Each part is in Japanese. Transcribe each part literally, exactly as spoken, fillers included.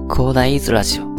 広大イズラジオ。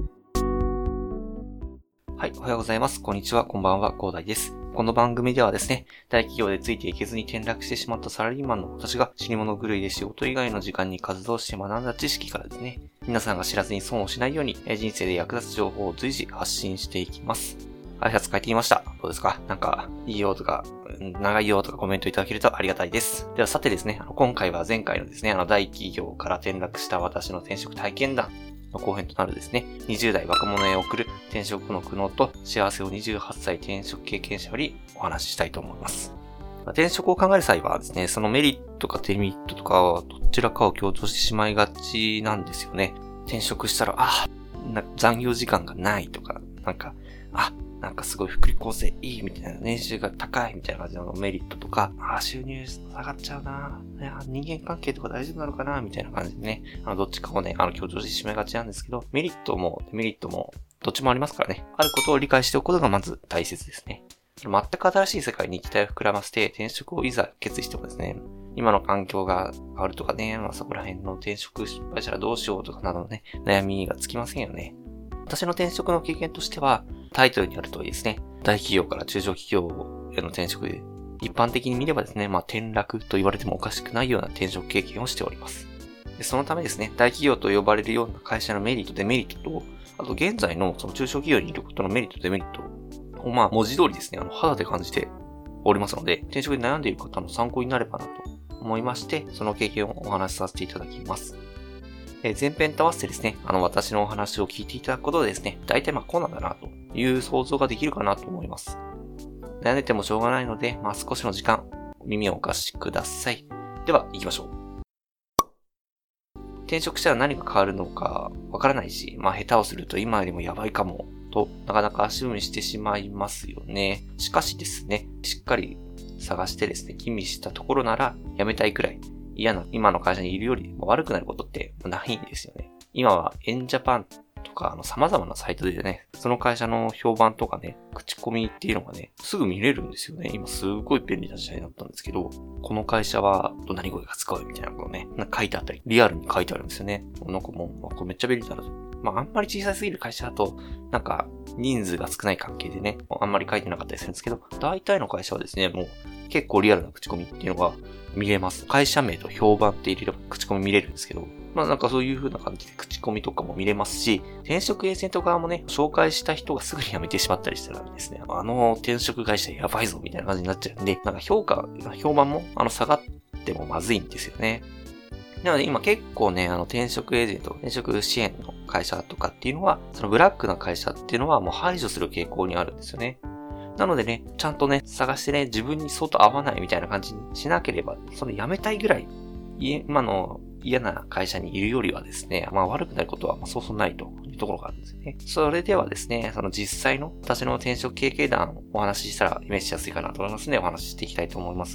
はい、おはようございます。こんにちは、こんばんは、広大です。この番組ではですね、大企業でついていけずに転落してしまったサラリーマンの私が死に物狂いで仕事以外の時間に活動して学んだ知識からですね、皆さんが知らずに損をしないように人生で役立つ情報を随時発信していきます。挨拶書いてみました。どうですか？なんか、いいよとか、長いよとかコメントいただけるとありがたいです。ではさてですね、あの今回は前回のですね、あの大企業から転落した私の転職体験談の後編となるですね、にじゅう代若者へ送る転職の苦悩と幸せをにじゅうはっさい転職経験者よりお話ししたいと思います。転職を考える際はですね、そのメリットかデメリットとかどちらかを強調してしまいがちなんですよね。転職したら、あ、な残業時間がないとか、なんか、あ、なんかすごい福利厚生いいみたいな、年収が高いみたいな感じのメリットとか、あ、収入下がっちゃうな、いや人間関係とか大丈夫なのかなみたいな感じでね、あのどっちかをね、あの強調してしまいがちなんですけど、メリットもデメリットもどっちもありますからね、あることを理解しておくことがまず大切ですね。全く新しい世界に期待を膨らませて転職をいざ決意してもですね、今の環境が変わるとかね、まあ、そこら辺の転職失敗したらどうしようとかなどのね、悩みがつきませんよね。私の転職の経験としては、タイトルにある通りですね、大企業から中小企業への転職で、一般的に見ればですね、まあ転落と言われてもおかしくないような転職経験をしております。でそのためですね、大企業と呼ばれるような会社のメリット、デメリットと、あと現在のその中小企業にいることのメリット、デメリットを、まあ文字通りですね、あの肌で感じておりますので、転職で悩んでいる方の参考になればなと思いまして、その経験をお話しさせていただきます。えー、前編と合わせてですね、あの私のお話を聞いていただくことでですね、大体まあこうなんだなという想像ができるかなと思います。悩んでてもしょうがないので、まあ少しの時間、耳をお貸しください。では行きましょう。転職したら何が変わるのかわからないし、まあ下手をすると今よりもやばいかもとなかなか足踏みしてしまいますよね。しかしですね、しっかり探してですね、吟味したところなら辞めたいくらい嫌な今の会社にいるより悪くなることってないんですよね。今はエンジャパンとかあの様々なサイトでね、その会社の評判とかね、口コミっていうのがね、すぐ見れるんですよね。今すごい便利な時代だったんですけど、この会社は怒鳴り声が使うみたいなことね、なんか書いてあったり、リアルに書いてあるんですよね。なんかもう、まあ、これめっちゃ便利だなと。まああんまり小さすぎる会社だと、なんか人数が少ない関係でね、あんまり書いてなかったりするんですけど、大体の会社はですね、もう結構リアルな口コミっていうのが見れます。会社名と評判って入れれば口コミ見れるんですけど、まあなんかそういう風な感じで口コミとかも見れますし、転職エージェント側もね、紹介した人がすぐに辞めてしまったりしたらですね、あの転職会社やばいぞみたいな感じになっちゃうんで、なんか評価、評判もあの下がってもまずいんですよね。なので今結構ね、あの転職エージェント、転職支援の会社とかっていうのは、そのブラックな会社っていうのはもう排除する傾向にあるんですよね。なのでね、ちゃんとね、探してね、自分に相当合わないみたいな感じにしなければ、その辞めたいぐらい、今の嫌な会社にいるよりはですね、まあ悪くなることはそうそうないというところがあるんですよね。それではですね、その実際の私の転職経験談をお話ししたらイメージしやすいかなと思いますので、お話ししていきたいと思います。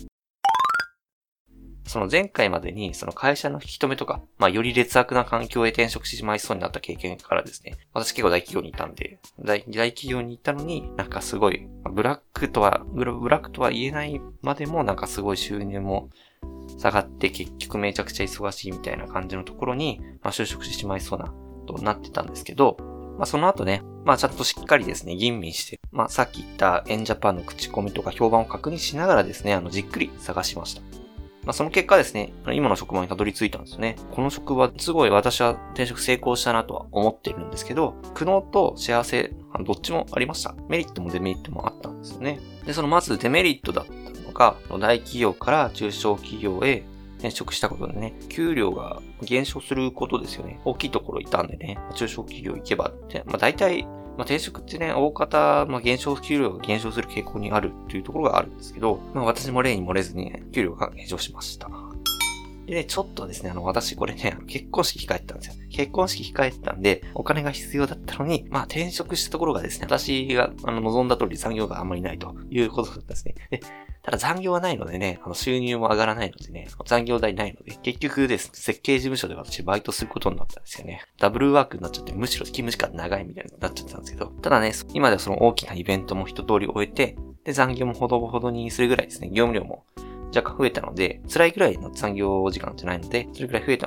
その前回までにその会社の引き止めとか、まあより劣悪な環境へ転職してしまいそうになった経験からですね、私結構大企業にいたんで、大, 大企業に行ったのになんかすごい、ブラックとは、ブラックとは言えないまでもなんかすごい収入も下がって結局めちゃくちゃ忙しいみたいな感じのところに、まあ就職してしまいそうなとなってたんですけど、まあその後ね、まあちゃんとしっかりですね、吟味して、まあさっき言ったエンジャパンの口コミとか評判を確認しながらですね、あのじっくり探しました。まあ、その結果ですね、今の職場にたどり着いたんですよね。この職場、すごい私は転職成功したなとは思ってるんですけど、苦悩と幸せ、どっちもありました。メリットもデメリットもあったんですよね。で、そのまずデメリットだったのが、大企業から中小企業へ転職したことでね、給料が減少することですよね。大きいところいたんでね、中小企業行けばって、まあ大体、まあ、転職ってね、大方、まあ、減少、給料が減少する傾向にあるというところがあるんですけど、まあ、私も例に漏れずにね、給料が減少しました。でね、ちょっとですね、あの、私これね、結婚式控えてたんですよ。結婚式控えてたんで、お金が必要だったのに、まあ、転職したところがですね、私が、あの、望んだ通り残業があんまりないということだったんですね。で、ただ残業はないのでね、あの、収入も上がらないのでね、残業代ないので、結局ですね、設計事務所で私バイトすることになったんですよね。ダブルワークになっちゃって、むしろ勤務時間長いみたいになっちゃったんですけど、ただね、今ではその大きなイベントも一通り終えて、で、残業もほどほどにするぐらいですね、業務量も若干増えたので、辛いぐらいの残業時間じゃないので、それぐらい増えたので、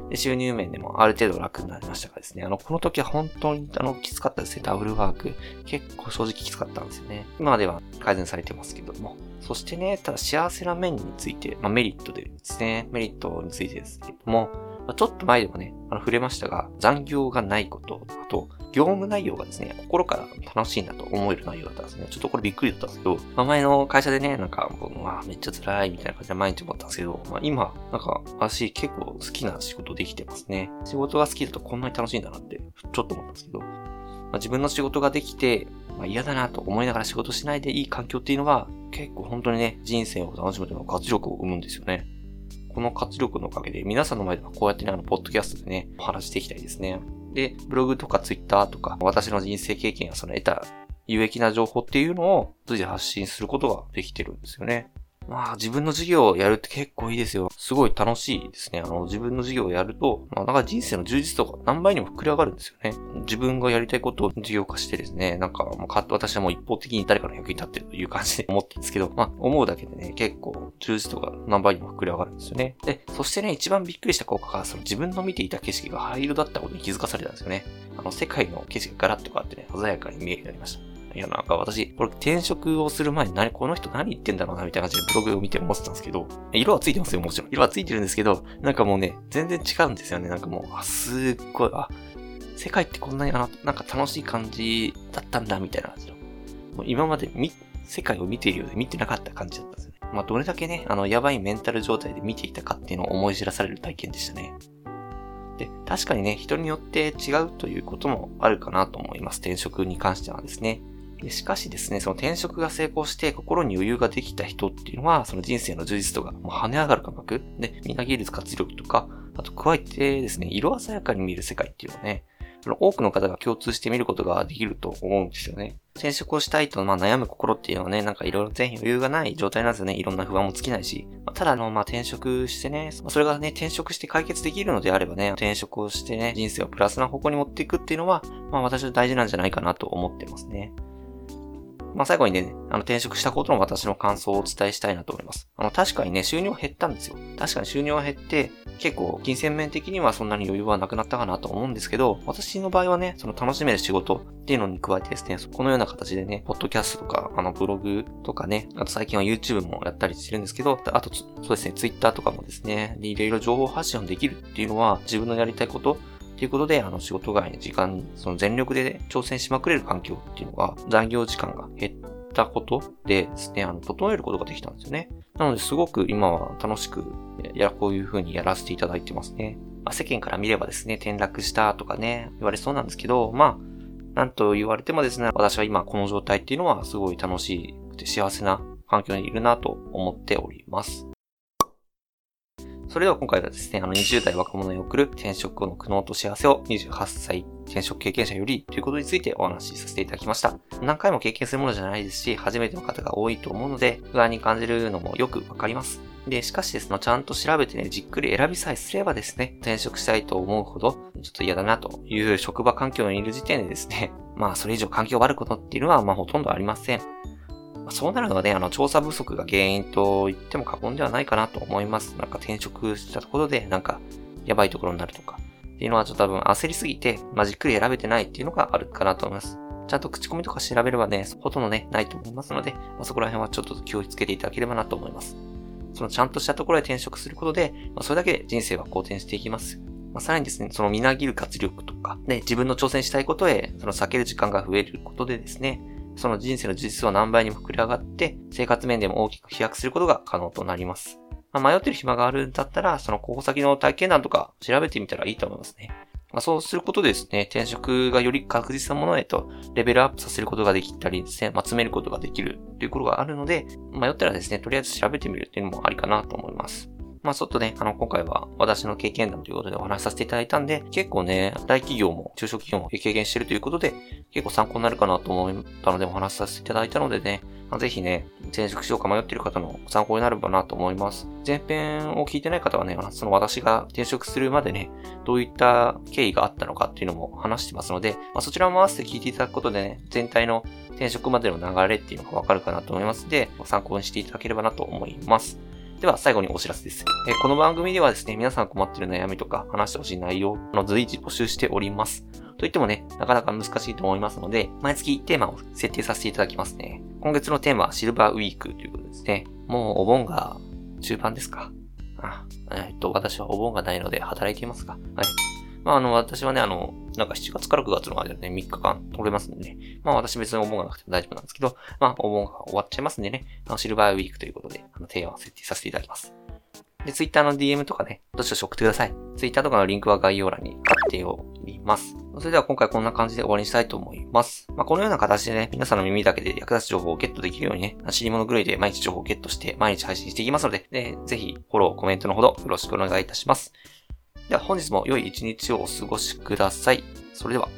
で、収入面でもある程度楽になりましたがですね、あの、この時は本当にあの、きつかったですね。ダブルワーク。結構正直きつかったんですよね。今では改善されてますけども。そしてね、ただ幸せな面について、まあ、メリットでですね、メリットについてですけども、まあ、ちょっと前でもね、あの触れましたが、残業がないこと、あと、業務内容がですね、心から楽しいんだと思える内容だったんですね。ちょっとこれびっくりだったんですけど、まあ、前の会社でね、なんか、まあ、めっちゃ辛いみたいな感じで毎日思ったんですけど、まあ、今、なんか、私結構好きな仕事できてますね。仕事が好きだとこんなに楽しいんだなって、ちょっと思ったんですけど、まあ、自分の仕事ができて、まあ、嫌だなと思いながら仕事しないでいい環境っていうのは、結構本当にね、人生を楽しむというのは活力を生むんですよね。この活力のおかげで、皆さんの前ではこうやってね、あの、ポッドキャストでね、お話していきたいですね。で、ブログとかツイッターとか、私の人生経験やその得た有益な情報っていうのを随時発信することができてるんですよね。まあ自分の授業をやるって結構いいですよ。すごい楽しいですね。あの自分の授業をやると、まあなんか人生の充実度が何倍にも膨れ上がるんですよね。自分がやりたいことを授業化してですね、なんかもう私はもう一方的に誰かの役に立ってるという感じで思ってるんですけど、まあ思うだけでね、結構充実度が何倍にも膨れ上がるんですよね。で、そしてね、一番びっくりした効果が、その自分の見ていた景色が灰色だったことに気づかされたんですよね。あの世界の景色がガラッと変わってね、鮮やかに見えるようになりました。いや、なんか私、これ転職をする前に何、この人何言ってんだろうな、みたいな感じでブログを見て思ってたんですけど、色はついてますよ、もちろん。色はついてるんですけど、なんかもうね、全然違うんですよね。なんかもう、あ、すっごい、あ、世界ってこんなに、あの、なんか楽しい感じだったんだ、みたいな感じの。もう今までみ、世界を見ているようで見てなかった感じだったんですよね。まあ、どれだけね、あの、やばいメンタル状態で見ていたかっていうのを思い知らされる体験でしたね。で、確かにね、人によって違うということもあるかなと思います。転職に関してはですね。でしかしですね、その転職が成功して心に余裕ができた人っていうのは、その人生の充実度がもう跳ね上がる感覚で、みなぎる活力とか、あと加えてですね、色鮮やかに見える世界っていうのはね、その多くの方が共通して見ることができると思うんですよね。転職をしたいと、まあ、悩む心っていうのはね、なんかいろいろ全然余裕がない状態なんですよね。いろんな不安も尽きないし。まあ、ただあの、まあ、転職してね、それがね、転職して解決できるのであればね、転職をしてね、人生をプラスな方向に持っていくっていうのは、まあ、私は大事なんじゃないかなと思ってますね。まあ、最後にね、あの、転職したことの私の感想をお伝えしたいなと思います。あの、確かにね、収入は減ったんですよ。確かに収入は減って、結構、金銭面的にはそんなに余裕はなくなったかなと思うんですけど、私の場合はね、その楽しめる仕事っていうのに加えてですね、このような形でね、ポッドキャストとか、あの、ブログとかね、あと最近は YouTube もやったりしてるんですけど、あと、そうですね、Twitter とかもですね、でいろいろ情報発信をできるっていうのは、自分のやりたいこと、ということで、あの、仕事外の時間、その全力で挑戦しまくれる環境っていうのが、残業時間が減ったことでですね、あの、整えることができたんですよね。なので、すごく今は楽しく、や、こういう風にやらせていただいてますね。まあ、世間から見ればですね、転落したとかね、言われそうなんですけど、まあ、なんと言われてもですね、私は今この状態っていうのはすごい楽しくて幸せな環境にいるなと思っております。それでは今回はですね、あのにじゅう代若者に送る転職後の苦悩と幸せをにじゅうはっさい転職経験者よりということについてお話しさせていただきました。何回も経験するものじゃないですし、初めての方が多いと思うので、不安に感じるのもよくわかります。で、しかしですね、ちゃんと調べてね、じっくり選びさえすればですね、転職したいと思うほど、ちょっと嫌だなという職場環境にいる時点でですね、まあそれ以上環境が悪いことっていうのはまあほとんどありません。そうなるのはね、あの、調査不足が原因と言っても過言ではないかなと思います。なんか転職したところで、なんか、やばいところになるとか。っていうのはちょっと多分焦りすぎて、まあ、じっくり選べてないっていうのがあるかなと思います。ちゃんと口コミとか調べればね、ほとんどね、ないと思いますので、まあ、そこら辺はちょっと気をつけていただければなと思います。そのちゃんとしたところへ転職することで、まあ、それだけで人生は好転していきます。まあ、さらにですね、そのみなぎる活力とか、ね、自分の挑戦したいことへ、その避ける時間が増えることでですね、その人生の充実を何倍にも膨れ上がって、生活面でも大きく飛躍することが可能となります。まあ、迷ってる暇があるんだったら、その候補先の体験談とか調べてみたらいいと思いますね。まあ、そうすることでですね、転職がより確実なものへとレベルアップさせることができたりですね、まあ、詰めることができるということがあるので、迷ったらですね、とりあえず調べてみるっていうのもありかなと思います。まあちょっとね、あの、今回は私の経験談ということでお話しさせていただいたんで、結構ね、大企業も中小企業も経験しているということで、結構参考になるかなと思ったのでお話しさせていただいたのでね、まあ、ぜひね、転職しようか迷っている方の参考になればなと思います。前編を聞いてない方はね、その私が転職するまでね、どういった経緯があったのかっていうのも話してますので、まあ、そちらも合わせて聞いていただくことでね、全体の転職までの流れっていうのがわかるかなと思いますので、参考にしていただければなと思います。 では最後にお知らせです。えー、この番組ではですね、皆さん困っている悩みとか話してほしい内容の随時募集しております。といってもね、なかなか難しいと思いますので、毎月テーマを設定させていただきますね。今月のテーマはシルバーウィークということですね。もうお盆が中盤ですか。あ、えっと、私はお盆がないので働いていますが。はい。まあ、あの、私はね、あの、なんかしちがつからくがつの間でね、みっかかん取れますんでね。まあ、私別にお盆がなくても大丈夫なんですけど、まあ、お盆が終わっちゃいますんでね、あのシルバーウィークということで、あの、テーマを設定させていただきます。で、ツイッターの ディーエム とかね、どしどし送ってください。ツイッターとかのリンクは概要欄に貼っております。それでは今回こんな感じで終わりにしたいと思います。まあ、このような形でね、皆さんの耳だけで役立つ情報をゲットできるようにね、知り物狂いで毎日情報をゲットして毎日配信していきますので、でぜひフォロー、コメントのほどよろしくお願いいたします。では本日も良い一日をお過ごしください。それでは。